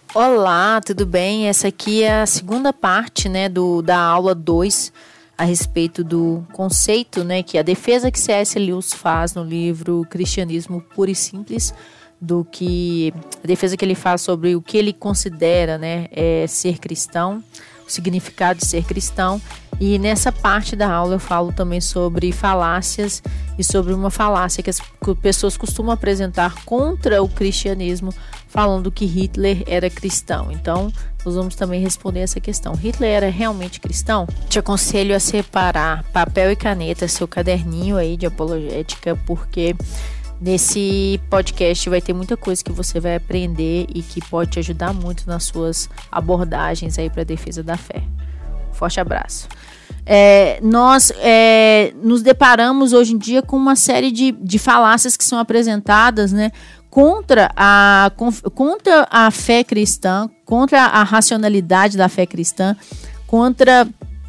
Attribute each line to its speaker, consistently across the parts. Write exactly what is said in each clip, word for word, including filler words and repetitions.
Speaker 1: Olá, tudo bem? Essa aqui é a segunda parte, né, do, da aula dois a respeito do conceito, né, que a defesa que C S Lewis faz no livro Cristianismo Puro e Simples, do que a defesa que ele faz sobre o que ele considera, né, é ser cristão, o significado de ser cristão. E nessa parte da aula eu falo também sobre falácias e sobre uma falácia que as pessoas costumam apresentar contra o cristianismo, falando que Hitler era cristão. Então, nós vamos também responder essa questão. Hitler era realmente cristão? Te aconselho a separar papel e caneta, seu caderninho aí de apologética, porque nesse podcast vai ter muita coisa que você vai aprender e que pode te ajudar muito nas suas abordagens aí para a defesa da fé. Forte abraço. É, nós é, nos deparamos hoje em dia com uma série de, de falácias que são apresentadas, né, contra a, contra a fé cristã, contra a racionalidade da fé cristã, contra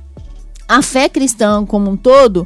Speaker 1: a fé cristã como um todo,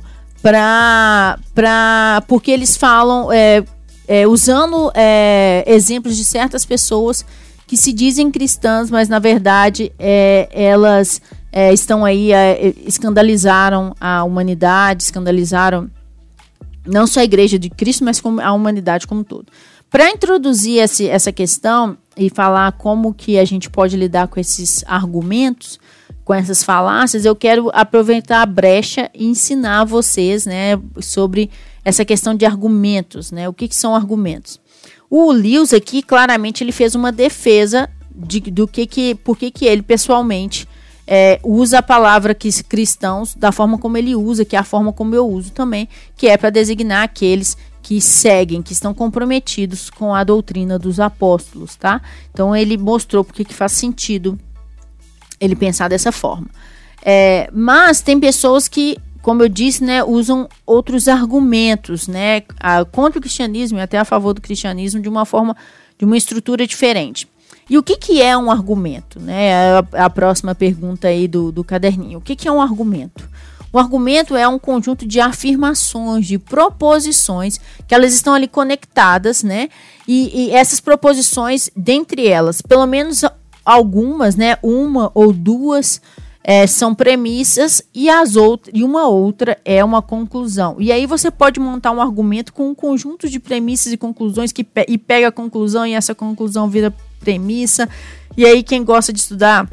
Speaker 1: pra, pra, porque eles falam, é, é, usando é, exemplos de certas pessoas que se dizem cristãs, mas na verdade é, elas é, estão aí, é, escandalizaram a humanidade, escandalizaram não só a Igreja de Cristo, mas como a humanidade como um todo. Para introduzir esse, essa questão e falar como que a gente pode lidar com esses argumentos, com essas falácias, eu quero aproveitar a brecha e ensinar vocês, né, sobre essa questão de argumentos, né? O que, que são argumentos? O Lewis aqui, claramente, ele fez uma defesa de, do que que, por que que ele, pessoalmente, é, usa a palavra que, cristãos da forma como ele usa, que é a forma como eu uso também, que é para designar aqueles que seguem, que estão comprometidos com a doutrina dos apóstolos, tá? Então, ele mostrou porque que faz sentido ele pensar dessa forma. É, mas tem pessoas que, como eu disse, né, usam outros argumentos, né, a, contra o cristianismo e até a favor do cristianismo de uma forma, de uma estrutura diferente. E o que, que é um argumento? Né? É a, a próxima pergunta aí do, do caderninho. O que, que é um argumento? O argumento é um conjunto de afirmações, de proposições, que elas estão ali conectadas, né? E, e essas proposições, dentre elas, pelo menos algumas, né? Uma ou duas é, são premissas e, as outras, e uma outra é uma conclusão. E aí você pode montar um argumento com um conjunto de premissas e conclusões que pe- e pega a conclusão e essa conclusão vira premissa. E aí quem gosta de estudar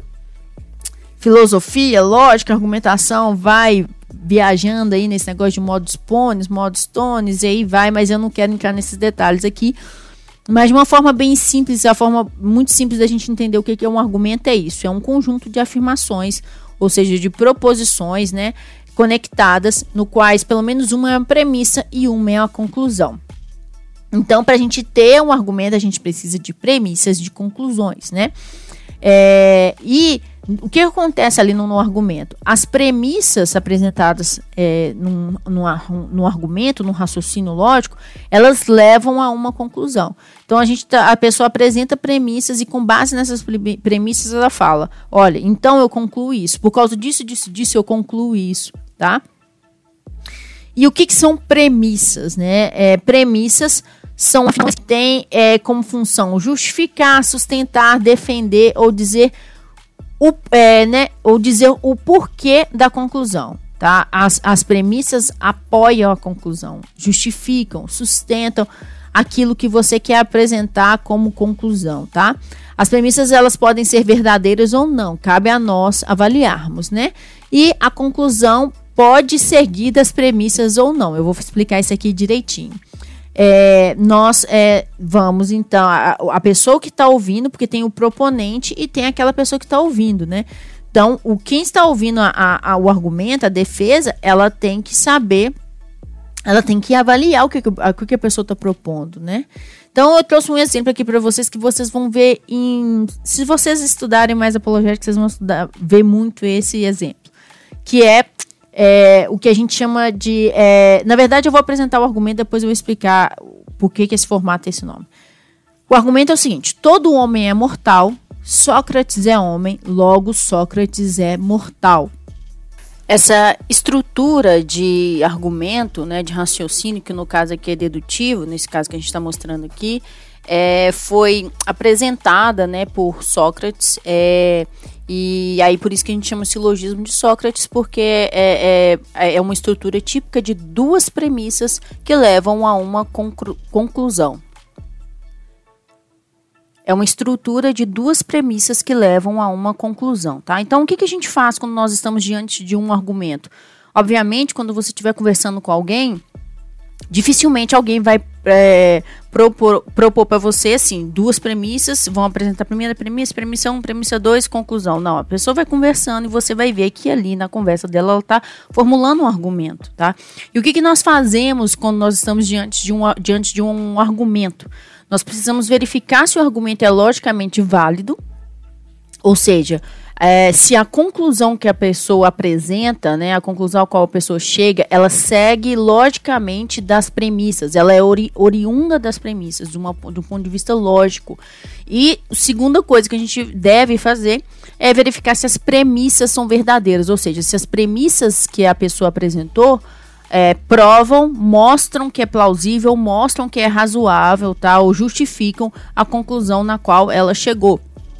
Speaker 1: filosofia, lógica, argumentação, vai viajando aí nesse negócio de modos pones, modos tones, e aí vai, mas eu não quero entrar nesses detalhes aqui. Mas de uma forma bem simples, a forma muito simples da gente entender o que é um argumento é isso, é um conjunto de afirmações, ou seja, de proposições, né, conectadas, no quais pelo menos uma é uma premissa e uma é a conclusão. Então, para a gente ter um argumento, a gente precisa de premissas, de conclusões, né? É, e o que acontece ali no, no argumento? As premissas apresentadas é, num, num, num argumento, num raciocínio lógico, elas levam a uma conclusão. Então a, gente tá, a pessoa apresenta premissas e com base nessas premissas ela fala, olha, então eu concluo isso, por causa disso, disso, disso eu concluo isso, tá? E o que, que são premissas, né? É, premissas são afirmações que têm é, como função justificar, sustentar, defender ou dizer o, é, né, ou dizer o porquê da conclusão. Tá? As, as premissas apoiam a conclusão, justificam, sustentam aquilo que você quer apresentar como conclusão. Tá? As premissas elas podem ser verdadeiras ou não, cabe a nós avaliarmos. Né? E a conclusão pode seguir das premissas ou não. Eu vou explicar isso aqui direitinho. É, nós é, vamos então, a, a pessoa que está ouvindo, porque tem o proponente e tem aquela pessoa que está ouvindo, né? Então, o, quem está ouvindo a, a, a, o argumento, a defesa, ela tem que saber, ela tem que avaliar o que, a, o que a pessoa está propondo, né? Então, eu trouxe um exemplo aqui para vocês que vocês vão ver em... Se vocês estudarem mais apologética, vocês vão estudar, ver muito esse exemplo, que é É, o que a gente chama de... É, na verdade, eu vou apresentar o argumento, depois eu vou explicar por que, que esse formato tem esse nome. O argumento é o seguinte, todo homem é mortal, Sócrates é homem, logo Sócrates é mortal. Essa estrutura de argumento, né, de raciocínio, que no caso aqui é dedutivo, nesse caso que a gente está mostrando aqui, é, foi apresentada, né, por Sócrates, é, e aí por isso que a gente chama silogismo de Sócrates, porque é, é, é uma estrutura típica de duas premissas que levam a uma conclu- conclusão. É uma estrutura de duas premissas que levam a uma conclusão, tá? Então, o que, que a gente faz quando nós estamos diante de um argumento? Obviamente, quando você estiver conversando com alguém, dificilmente alguém vai é, propor, propor para você, assim, duas premissas, vão apresentar a primeira premissa, premissa um, premissa dois, conclusão. Não, a pessoa vai conversando e você vai ver que ali na conversa dela, ela está formulando um argumento, tá? E o que, que nós fazemos quando nós estamos diante de um, diante de um argumento? Nós precisamos verificar se o argumento é logicamente válido, ou seja, é, se a conclusão que a pessoa apresenta, né, a conclusão a qual a pessoa chega, ela segue logicamente das premissas, ela é ori- oriunda das premissas, de, uma, de um ponto de vista lógico. E a segunda coisa que a gente deve fazer é verificar se as premissas são verdadeiras, ou seja, se as premissas que a pessoa apresentou É, provam, mostram que é plausível, mostram que é razoável, tá? Ou justificam a conclusão na qual ela chegou.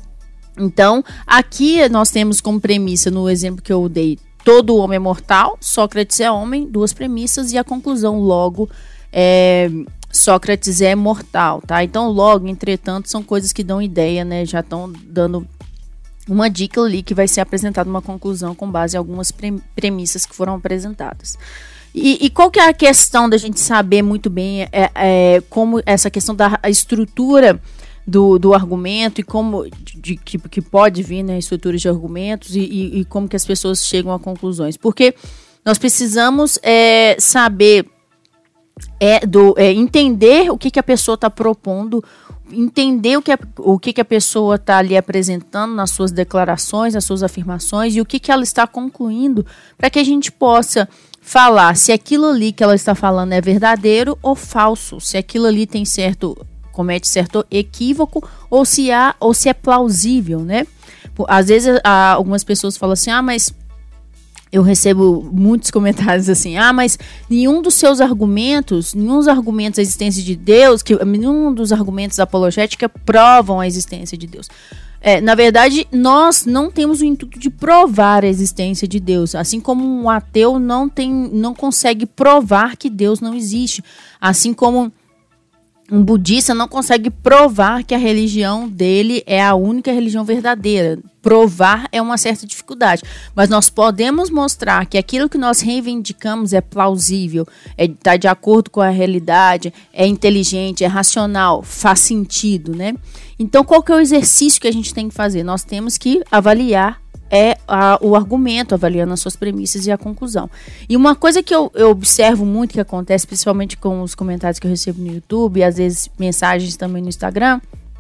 Speaker 1: Então, aqui nós temos como premissa, no exemplo que eu dei, todo homem é mortal, Sócrates é homem, duas premissas, e a conclusão, logo, é, Sócrates é mortal, tá? Então, logo, entretanto, são coisas que dão ideia, né? Já estão dando uma dica ali que vai ser apresentada uma conclusão com base em algumas pre- premissas que foram apresentadas. E, e qual que é a questão da gente saber muito bem é, é, como essa questão da estrutura do, do argumento e como de, de, que, que pode vir, né, estruturas de argumentos e, e, e como que as pessoas chegam a conclusões? Porque nós precisamos é, saber, é, do, é, entender o que, que a pessoa está propondo, entender o que a, o que, que a pessoa está ali apresentando nas suas declarações, nas suas afirmações e o que, que ela está concluindo, para que a gente possa falar se aquilo ali que ela está falando é verdadeiro ou falso, se aquilo ali tem certo, comete certo equívoco ou se há, ou se é plausível, né? Às vezes algumas pessoas falam assim, ah, mas eu recebo muitos comentários assim, ah, mas nenhum dos seus argumentos, nenhum dos argumentos da existência de Deus, que nenhum dos argumentos da apologética provam a existência de Deus. É, na verdade, nós não temos o intuito de provar a existência de Deus, assim como um ateu não, tem, não consegue provar que Deus não existe, assim como um budista não consegue provar que a religião dele é a única religião verdadeira. Provar é uma certa dificuldade, mas nós podemos mostrar que aquilo que nós reivindicamos é plausível, está de acordo com a realidade, é inteligente, é racional, faz sentido, né? Então, qual que é o exercício que a gente tem que fazer? Nós temos que avaliar é a, o argumento, avaliando as suas premissas e a conclusão. E uma coisa que eu, eu observo muito que acontece, principalmente com os comentários que eu recebo no YouTube, e às vezes mensagens também no Instagram,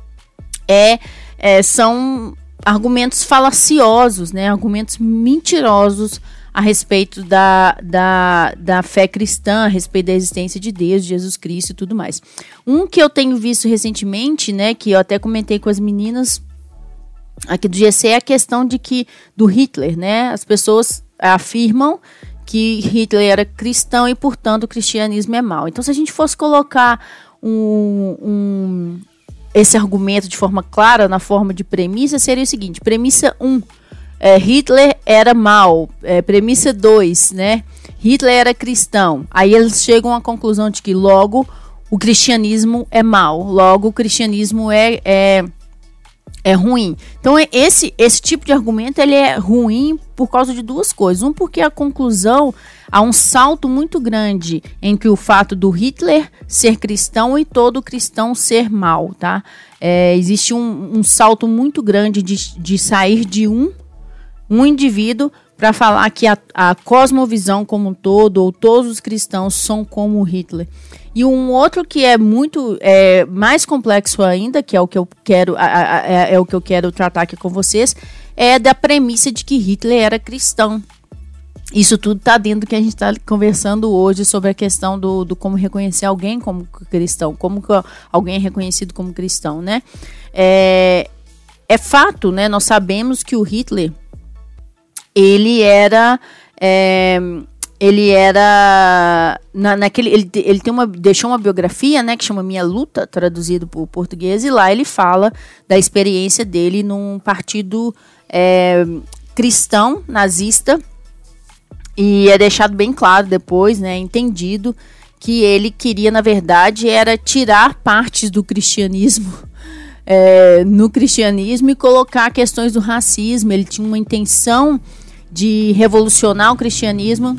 Speaker 1: é, é, são argumentos falaciosos, né? Argumentos mentirosos a respeito da, da, da fé cristã, a respeito da existência de Deus, de Jesus Cristo e tudo mais. Um que eu tenho visto recentemente, né, que eu até comentei com as meninas aqui do G C, é a questão de que, do Hitler, né, as pessoas afirmam que Hitler era cristão e, portanto, o cristianismo é mau. Então, se a gente fosse colocar um, um, esse argumento de forma clara, na forma de premissa, seria o seguinte, premissa um, é, Hitler era mau, é, premissa dois, né, Hitler era cristão. Aí eles chegam à conclusão de que, logo, o cristianismo é mau, logo, o cristianismo é... é É ruim. Então, esse, esse tipo de argumento ele é ruim por causa de duas coisas. Um, porque a conclusão, há um salto muito grande entre o fato do Hitler ser cristão e todo cristão ser mau, tá? É, existe um, um salto muito grande de, de sair de um, um indivíduo para falar que a, a cosmovisão como um todo, ou todos os cristãos são como Hitler. E um outro que é muito é, mais complexo ainda, que é o que eu quero a, a, a, é o que eu quero tratar aqui com vocês, é da premissa de que Hitler era cristão. Isso tudo está dentro do que a gente está conversando hoje sobre a questão do, do como reconhecer alguém como cristão, como que alguém é reconhecido como cristão, né? É, é fato, né? Nós sabemos que o Hitler, ele era... É, ele era na, naquele ele, ele tem uma deixou uma biografia, né, que chama Minha Luta, traduzido para o português, e lá ele fala da experiência dele num partido é, cristão nazista, e é deixado bem claro depois, né, entendido que ele queria, na verdade, era tirar partes do cristianismo é, no cristianismo e colocar questões do racismo. Ele tinha uma intenção de revolucionar o cristianismo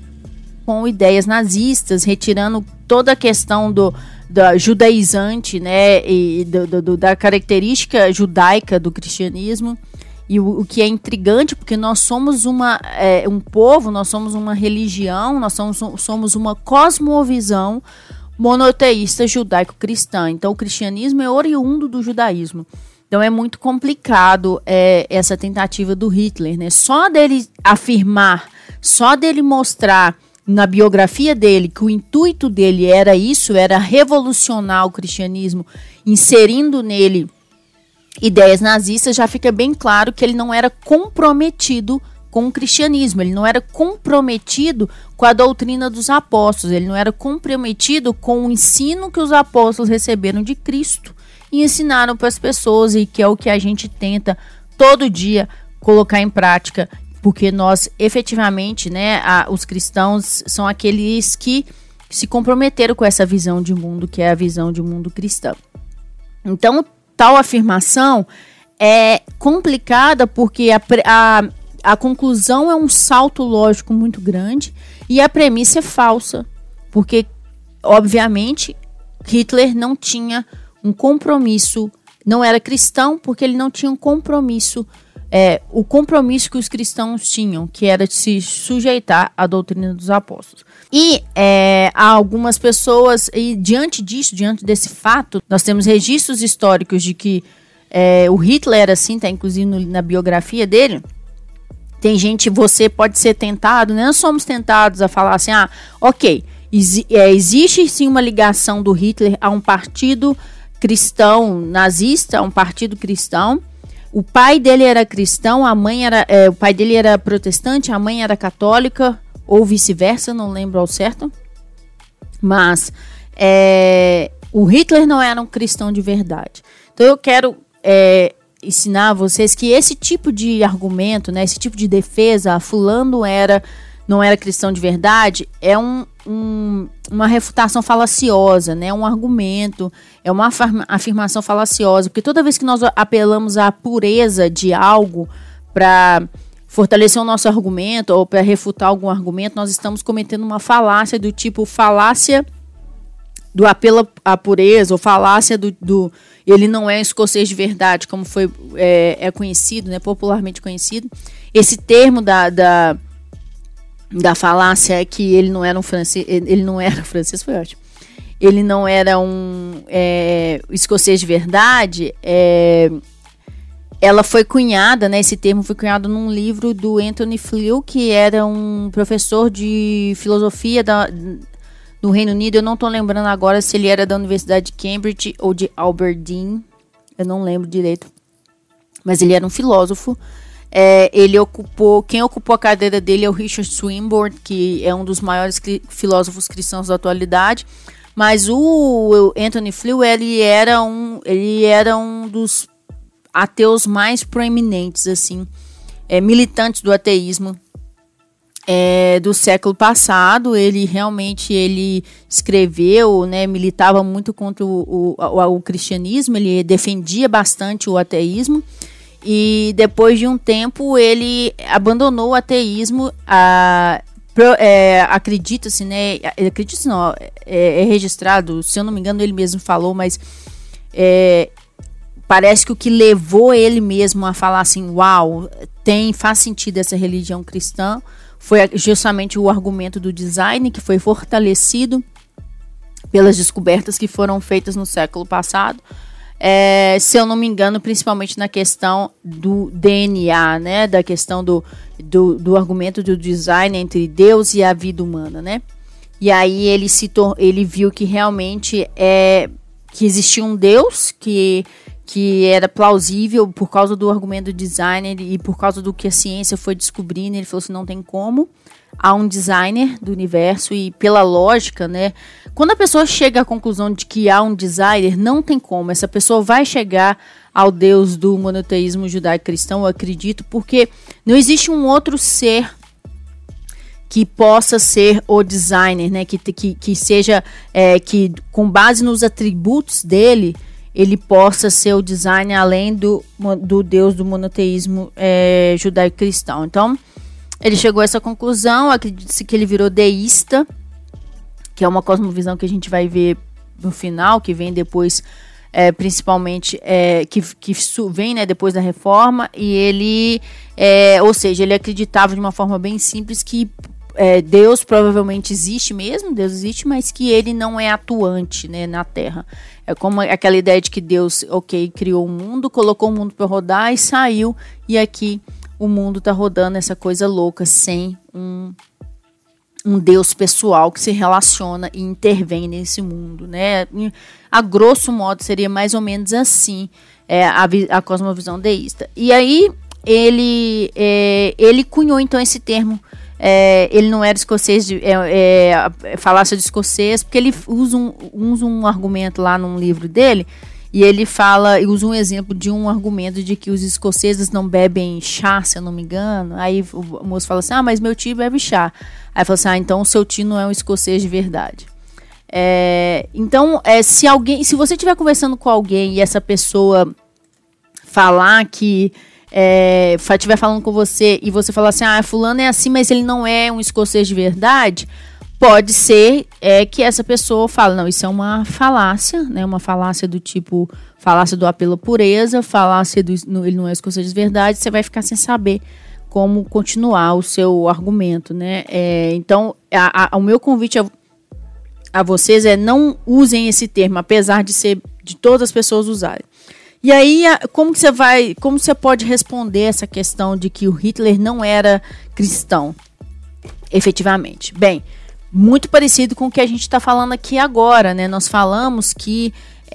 Speaker 1: com ideias nazistas, retirando toda a questão do, da judaizante, né, e do, do, da característica judaica do cristianismo. E o, o que é intrigante, porque nós somos uma, é, um povo, nós somos uma religião, nós somos, somos uma cosmovisão monoteísta judaico-cristã. Então o cristianismo é oriundo do judaísmo. Então é muito complicado é, essa tentativa do Hitler, né? Só dele afirmar, só dele mostrar na biografia dele que o intuito dele era isso, era revolucionar o cristianismo, inserindo nele ideias nazistas, já fica bem claro que ele não era comprometido com o cristianismo, ele não era comprometido com a doutrina dos apóstolos, ele não era comprometido com o ensino que os apóstolos receberam de Cristo e ensinaram para as pessoas, e que é o que a gente tenta todo dia colocar em prática, porque nós efetivamente, né, a, os cristãos são aqueles que se comprometeram com essa visão de mundo, que é a visão de mundo cristã. Então, tal afirmação é complicada porque a, a, a conclusão é um salto lógico muito grande e a premissa é falsa, porque, obviamente, Hitler não tinha um compromisso, não era cristão porque ele não tinha um compromisso, é, o compromisso que os cristãos tinham, que era de se sujeitar à doutrina dos apóstolos. E é, há algumas pessoas, e diante disso, diante desse fato, nós temos registros históricos de que é, o Hitler era assim, está inclusive no, na biografia dele. Tem gente, você pode ser tentado, né? Nós somos tentados a falar assim, ah, ok, exi- é, existe sim uma ligação do Hitler a um partido cristão nazista, a um partido cristão. O pai dele era cristão, a mãe era, é, o pai dele era protestante, a mãe era católica, ou vice-versa, não lembro ao certo. Mas é, o Hitler não era um cristão de verdade. Então eu quero é, ensinar a vocês que esse tipo de argumento, né, esse tipo de defesa, fulano era, não era cristão de verdade, é um, um, uma refutação falaciosa, né, um argumento, é uma afirmação falaciosa, porque toda vez que nós apelamos à pureza de algo para fortalecer o nosso argumento ou para refutar algum argumento, nós estamos cometendo uma falácia do tipo falácia do apelo à pureza, ou falácia do, do ele não é escocês de verdade, como foi é, é conhecido, né, popularmente conhecido. Esse termo da, da, da falácia é que ele não era um francês, ele não era francês, foi ótimo. Ele não era um é, escocês de verdade. É, ela foi cunhada, né, esse termo foi cunhado num livro do Anthony Flew, que era um professor de filosofia da, do Reino Unido. Eu não estou lembrando agora se ele era da Universidade de Cambridge ou de Aberdeen, eu não lembro direito, mas ele era um filósofo. É, ele ocupou, quem ocupou a cadeira dele é o Richard Swinburne, que é um dos maiores cri, filósofos cristãos da atualidade. Mas o Anthony Flew, ele era um, ele era um dos ateus mais proeminentes, assim, é, militantes do ateísmo é, do século passado. Ele realmente ele escreveu, né, militava muito contra o, o, o cristianismo, ele defendia bastante o ateísmo. E depois de um tempo ele abandonou o ateísmo. A, pro, é, acredita-se, né? Acredita-se não, é, é registrado, se eu não me engano ele mesmo falou, mas é, parece que o que levou ele mesmo a falar assim, uau, tem, faz sentido essa religião cristã, foi justamente o argumento do design, que foi fortalecido pelas descobertas que foram feitas no século passado. É, se eu não me engano, principalmente na questão do D N A, né, da questão do, do, do argumento do design entre Deus e a vida humana, né? E aí ele, se tor- ele viu que realmente é, que existia um Deus que, que era plausível por causa do argumento do designer e por causa do que a ciência foi descobrindo. Ele falou assim, não tem como. Há um designer do universo e pela lógica, né? Quando a pessoa chega à conclusão de que há um designer, não tem como. Essa pessoa vai chegar ao Deus do monoteísmo judaico-cristão, eu acredito, porque não existe um outro ser que possa ser o designer, né? Que, que, que seja, é, que com base nos atributos dele, ele possa ser o designer além do, do Deus do monoteísmo é, judaico-cristão. Então, ele chegou a essa conclusão, acredita-se que ele virou deísta, que é uma cosmovisão que a gente vai ver no final, que vem depois, é, principalmente, é, que, que vem, né, depois da reforma, e ele, é, ou seja, ele acreditava de uma forma bem simples que é, Deus provavelmente existe mesmo, Deus existe, mas que ele não é atuante, né, na Terra. É como aquela ideia de que Deus, ok, criou o mundo, colocou o mundo para rodar e saiu, e aqui o mundo está rodando essa coisa louca, sem um, um Deus pessoal que se relaciona e intervém nesse mundo, né? A grosso modo seria mais ou menos assim, é, a, a cosmovisão deísta. E aí ele, é, ele cunhou então esse termo. É, ele não era escocês, de, é, é, falácia de escocês, porque ele usa um, usa um argumento lá num livro dele, e ele fala, e usa um exemplo de um argumento de que os escoceses não bebem chá, se eu não me engano. Aí o moço fala assim, ah, mas meu tio bebe chá. Aí fala assim, ah, então o seu tio não é um escocês de verdade. É, então, é, se alguém, se você estiver conversando com alguém e essa pessoa falar que É, estiver falando com você e você falar assim, ah, fulano é assim, mas ele não é um escocês de verdade, pode ser é, que essa pessoa fale, não, isso é uma falácia, né, uma falácia do tipo, falácia do apelo à pureza, falácia do, no, ele não é escocês de verdade, você vai ficar sem saber como continuar o seu argumento, né, é, então, a, a, o meu convite a, a vocês é não usem esse termo, apesar de ser, de todas as pessoas usarem. E aí, como que você vai, como você pode responder essa questão de que o Hitler não era cristão, efetivamente? Bem, muito parecido com o que a gente está falando aqui agora, né? Nós falamos que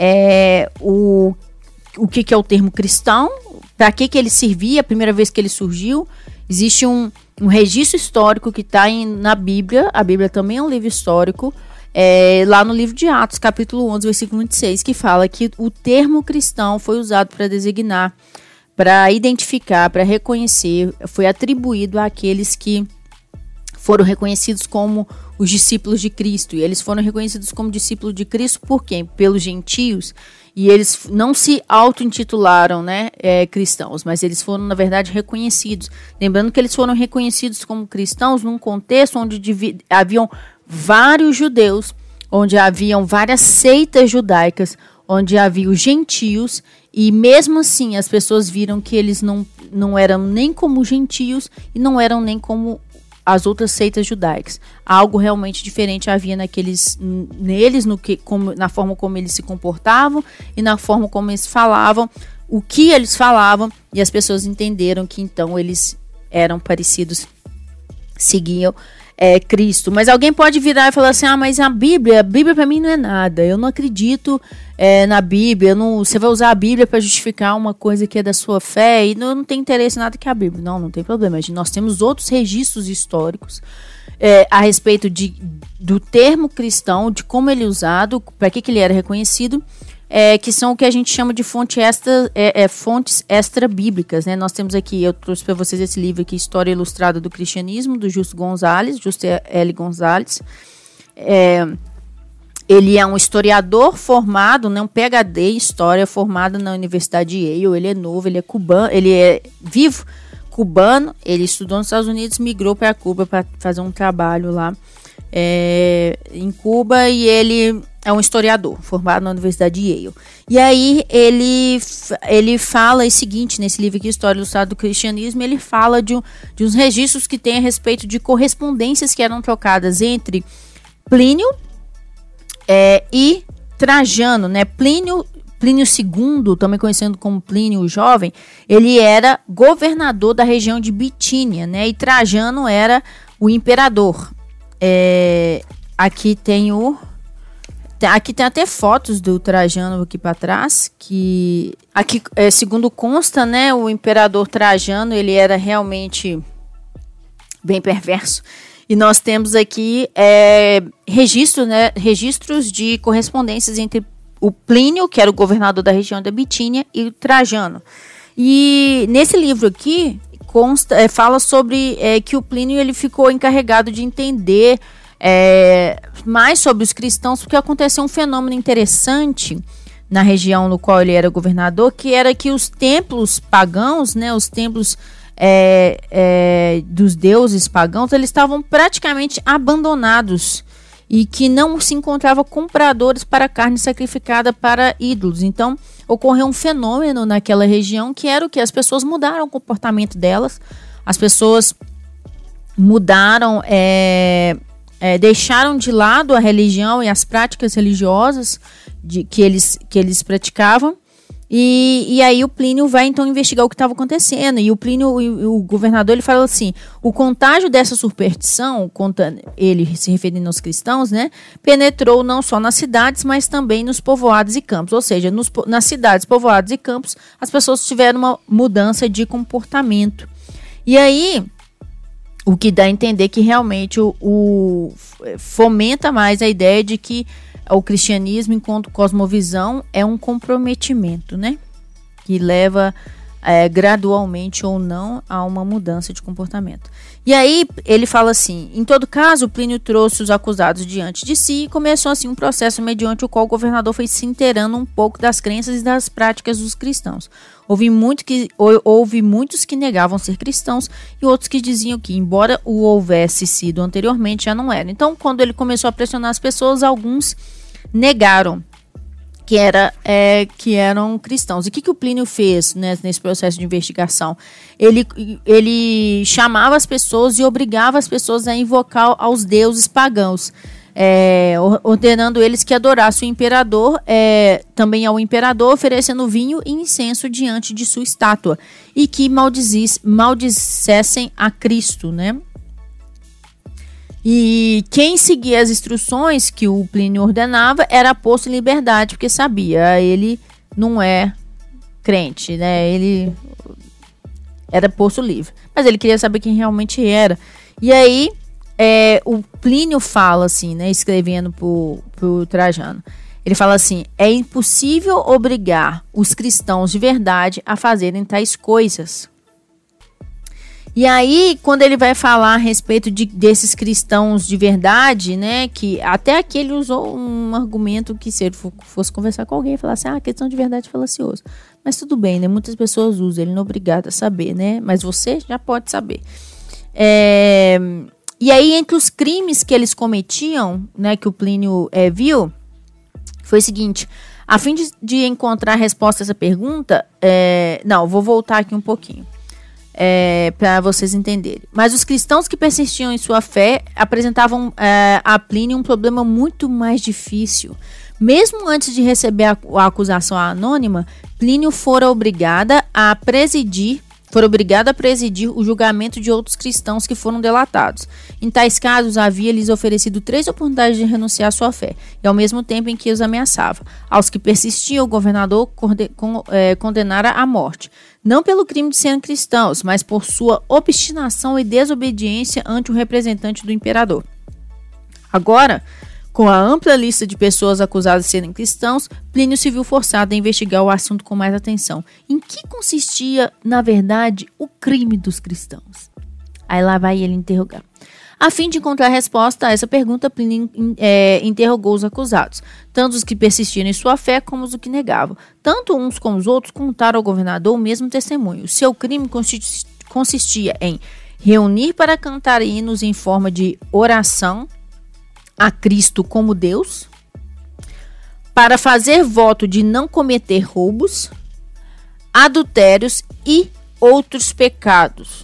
Speaker 1: é, o, o que, que é o termo cristão, para que, que ele servia a primeira vez que ele surgiu. Existe um, um registro histórico que está na Bíblia, a Bíblia também é um livro histórico, É, lá no livro de Atos, capítulo onze, versículo vinte e seis, que fala que o termo cristão foi usado para designar, para identificar, para reconhecer, foi atribuído àqueles que foram reconhecidos como os discípulos de Cristo. E eles foram reconhecidos como discípulos de Cristo por quem? Pelos gentios. E eles não se auto-intitularam, né, é, cristãos, mas eles foram, na verdade, reconhecidos. Lembrando que eles foram reconhecidos como cristãos num contexto onde divi- haviam vários judeus, onde haviam várias seitas judaicas, onde havia os gentios, e mesmo assim as pessoas viram que eles não, não eram nem como gentios e não eram nem como as outras seitas judaicas. Algo realmente diferente havia naqueles, neles, no que, como, na forma como eles se comportavam e na forma como eles falavam, o que eles falavam, e as pessoas entenderam que então eles eram parecidos, seguiam É, Cristo. Mas alguém pode virar e falar assim, ah, mas a Bíblia, a Bíblia para mim não é nada, eu não acredito é, na Bíblia, eu não, você vai usar a Bíblia para justificar uma coisa que é da sua fé e não, não tem interesse em nada que a Bíblia. Não, não tem problema, nós temos outros registros históricos é, a respeito de, do termo cristão, de como ele é usado, para que, que ele era reconhecido, É, que são o que a gente chama de fonte extra, é, é, fontes extra-bíblicas, né? Nós temos aqui, eu trouxe para vocês esse livro aqui, História Ilustrada do Cristianismo, do Justo Gonzalez, Justo L. Gonzalez. É, ele é um historiador formado, né, um P H D em História, formado na Universidade de Yale. Ele é novo, ele é cubano, ele é vivo, cubano, ele estudou nos Estados Unidos, migrou para Cuba para fazer um trabalho lá é, em Cuba, e ele é um historiador formado na Universidade de Yale. E aí ele, ele fala o seguinte, nesse livro aqui, História Ilustrada do Cristianismo, ele fala de, um, de uns registros que tem a respeito de correspondências que eram trocadas entre Plínio é, e Trajano, né? Plínio, Plínio segundo, também conhecido como Plínio o Jovem, ele era governador da região de Bitínia, né? E Trajano era o imperador. É, aqui tem o... aqui tem até fotos do Trajano aqui para trás, que aqui, é, segundo consta, né, o imperador Trajano, ele era realmente bem perverso. E nós temos aqui é, registro, né, registros de correspondências entre o Plínio, que era o governador da região da Bitínia, e o Trajano. E nesse livro aqui, consta, é, fala sobre é, que o Plínio ele ficou encarregado de entender é, mais sobre os cristãos, porque aconteceu um fenômeno interessante na região no qual ele era governador, que era que os templos pagãos, né, os templos É, é, dos deuses pagãos, eles estavam praticamente abandonados e que não se encontrava compradores para carne sacrificada para ídolos. Então, ocorreu um fenômeno naquela região que era o que? As pessoas mudaram o comportamento delas, as pessoas mudaram, é, é, deixaram de lado a religião e as práticas religiosas de, que, eles, que eles praticavam. E, e aí o Plínio vai então investigar o que estava acontecendo. E o Plínio, o, o governador, ele fala assim: o contágio dessa superstição, conta, ele se referindo aos cristãos, né, penetrou não só nas cidades, mas também nos povoados e campos. Ou seja, nos, nas cidades, povoados e campos, as pessoas tiveram uma mudança de comportamento. E aí, o que dá a entender que realmente o, o fomenta mais a ideia de que o cristianismo, enquanto cosmovisão, é um comprometimento, né? Que leva é, gradualmente ou não a uma mudança de comportamento. E aí ele fala assim: em todo caso, Plínio trouxe os acusados diante de si e começou assim um processo mediante o qual o governador foi se inteirando um pouco das crenças e das práticas dos cristãos. Houve, muito que, houve muitos que negavam ser cristãos e outros que diziam que, embora o houvesse sido anteriormente, já não era. Então, quando ele começou a pressionar as pessoas, alguns negaram que, era, é, que eram cristãos. E o que, que o Plínio fez, né, nesse processo de investigação? Ele, ele chamava as pessoas e obrigava as pessoas a invocar aos deuses pagãos, é, ordenando eles que adorassem o imperador, é, também ao imperador, oferecendo vinho e incenso diante de sua estátua, e que maldissessem a Cristo, né? E quem seguia as instruções que o Plínio ordenava era posto em liberdade, porque sabia, ele não é crente, né? Ele era posto livre. Mas ele queria saber quem realmente era. E aí, é, o Plínio fala assim, né? Escrevendo pro, pro Trajano. Ele fala assim: é impossível obrigar os cristãos de verdade a fazerem tais coisas. E aí, quando ele vai falar a respeito de, desses cristãos de verdade, né, que até aqui ele usou um argumento que se ele fosse conversar com alguém, falasse, ah, cristão de verdade é falacioso. Mas tudo bem, né, muitas pessoas usam, ele não é obrigado a saber, né, mas você já pode saber. É, e aí, entre os crimes que eles cometiam, né, que o Plínio é, viu, foi o seguinte: a fim de, de encontrar a resposta a essa pergunta, é, não, vou voltar aqui um pouquinho. É, para vocês entenderem. Mas os cristãos que persistiam em sua fé apresentavam é, a Plínio um problema muito mais difícil. Mesmo antes de receber a, a acusação anônima, Plínio fora obrigada a presidir, fora obrigado a presidir o julgamento de outros cristãos que foram delatados. Em tais casos, havia-lhes oferecido três oportunidades de renunciar à sua fé, e ao mesmo tempo em que os ameaçava. Aos que persistiam, o governador condenara à morte, não pelo crime de serem cristãos, mas por sua obstinação e desobediência ante o representante do imperador. Agora, com a ampla lista de pessoas acusadas de serem cristãos, Plínio se viu forçado a investigar o assunto com mais atenção. Em que consistia, na verdade, o crime dos cristãos? Aí lá vai ele interrogar. A fim de encontrar resposta a essa pergunta, Plínio é, interrogou os acusados, tanto os que persistiram em sua fé como os que negavam. Tanto uns como os outros contaram ao governador o mesmo testemunho. Seu crime consistia em reunir para cantar hinos em forma de oração a Cristo como Deus, para fazer voto de não cometer roubos, adultérios e outros pecados,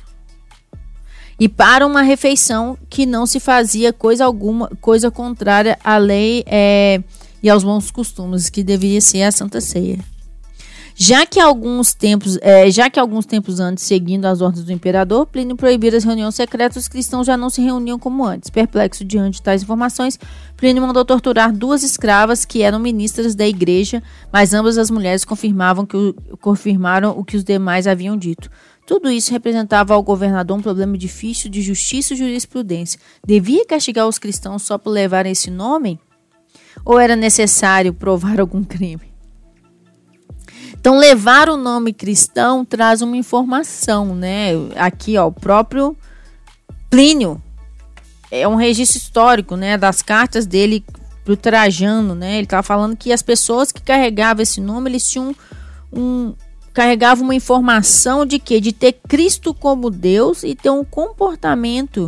Speaker 1: e para uma refeição que não se fazia coisa alguma, coisa contrária à lei é, e aos bons costumes, que deveria ser a Santa Ceia. Já que alguns tempos, é, já que alguns tempos antes, seguindo as ordens do imperador, Plínio proibira as reuniões secretas, os cristãos já não se reuniam como antes. Perplexo diante de tais informações, Plínio mandou torturar duas escravas que eram ministras da igreja, mas ambas as mulheres confirmavam que o, confirmaram o que os demais haviam dito. Tudo isso representava ao governador um problema difícil de justiça e jurisprudência. Devia castigar os cristãos só por levar esse nome? Ou era necessário provar algum crime? Então, levar o nome cristão traz uma informação, né? Aqui, ó, o próprio Plínio é um registro histórico, né, das cartas dele para o Trajano, né? Ele estava falando que as pessoas que carregavam esse nome, eles tinham um carregavam uma informação de quê? De ter Cristo como Deus e ter um comportamento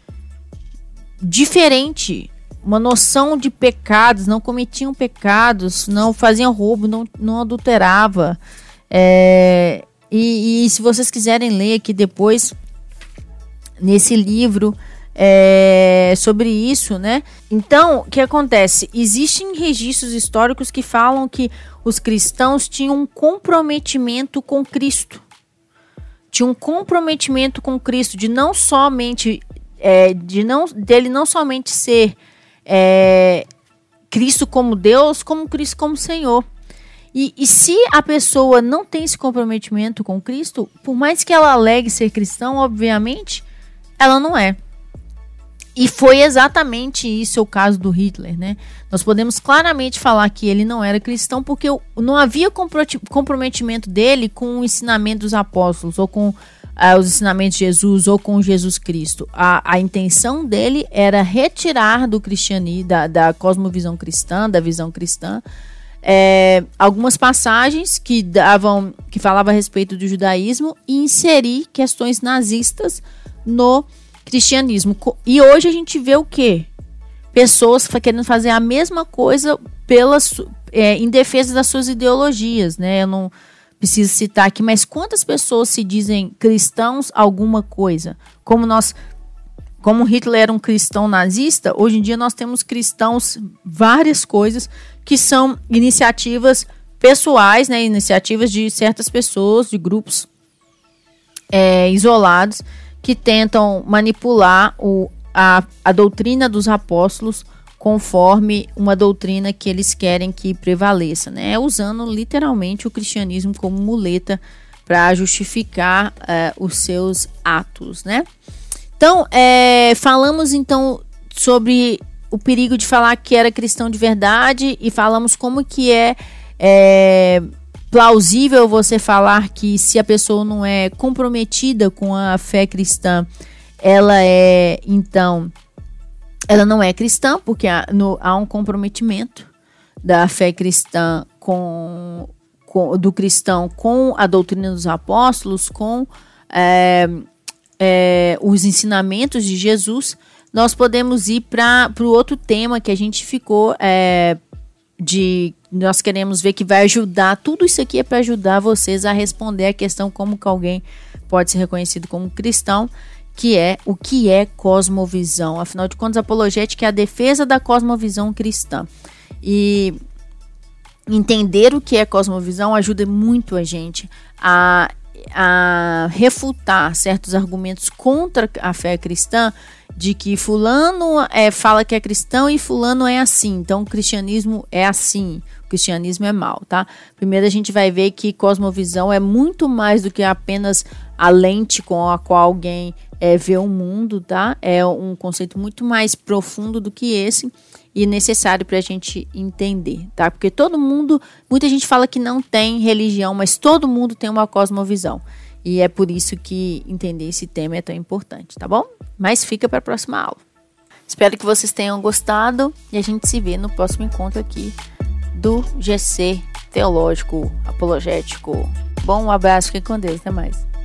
Speaker 1: diferente. Uma noção de pecados, não cometiam pecados, não faziam roubo, não, não adulterava. É, e, e se vocês quiserem ler aqui depois, nesse livro, é, sobre isso, né? Então, o que acontece? Existem registros históricos que falam que os cristãos tinham um comprometimento com Cristo. Tinham um comprometimento com Cristo, de não somente, é, de não, dele não somente ser É, Cristo como Deus, como Cristo como Senhor. E, e se a pessoa não tem esse comprometimento com Cristo, por mais que ela alegue ser cristão, obviamente, ela não é. E foi exatamente isso o caso do Hitler, né? Nós podemos claramente falar que ele não era cristão porque não havia comprometimento dele com o ensinamento dos apóstolos ou com Uh, os ensinamentos de Jesus ou com Jesus Cristo. A, a intenção dele era retirar do cristianismo, da, da cosmovisão cristã, da visão cristã, é, algumas passagens que davam, que falavam a respeito do judaísmo e inserir questões nazistas no cristianismo. E hoje a gente vê o quê? Pessoas querendo fazer a mesma coisa pelas, é, em defesa das suas ideologias, né? Eu não preciso citar aqui, mas quantas pessoas se dizem cristãos alguma coisa? Como nós, como Hitler era um cristão nazista, hoje em dia nós temos cristãos várias coisas que são iniciativas pessoais, né, iniciativas de certas pessoas, de grupos é, isolados, que tentam manipular o, a, a doutrina dos apóstolos conforme uma doutrina que eles querem que prevaleça, né? Usando literalmente o cristianismo como muleta para justificar uh, os seus atos, né? Então, é, falamos então sobre o perigo de falar que era cristão de verdade e falamos como que é, é plausível você falar que se a pessoa não é comprometida com a fé cristã, ela é, então, ela não é cristã, porque há, no, há um comprometimento da fé cristã com, com, do cristão com a doutrina dos apóstolos, com é, é, os ensinamentos de Jesus. Nós podemos ir para o outro tema que a gente ficou é, de... Nós queremos ver que vai ajudar, tudo isso aqui é para ajudar vocês a responder a questão como que alguém pode ser reconhecido como cristão, que é o que é cosmovisão. Afinal de contas, a apologética é a defesa da cosmovisão cristã. E entender o que é cosmovisão ajuda muito a gente a, a refutar certos argumentos contra a fé cristã, de que fulano é, fala que é cristão e fulano é assim, então o cristianismo é assim, o cristianismo é mau, tá? Primeiro a gente vai ver que cosmovisão é muito mais do que apenas a lente com a qual alguém é, vê o mundo, tá? É um conceito muito mais profundo do que esse e necessário para a gente entender, tá? Porque todo mundo, muita gente fala que não tem religião, mas todo mundo tem uma cosmovisão. E é por isso que entender esse tema é tão importante, tá bom? Mas fica para a próxima aula. Espero que vocês tenham gostado e a gente se vê no próximo encontro aqui do G C Teológico Apologético. Bom, um abraço, fique com Deus, até mais.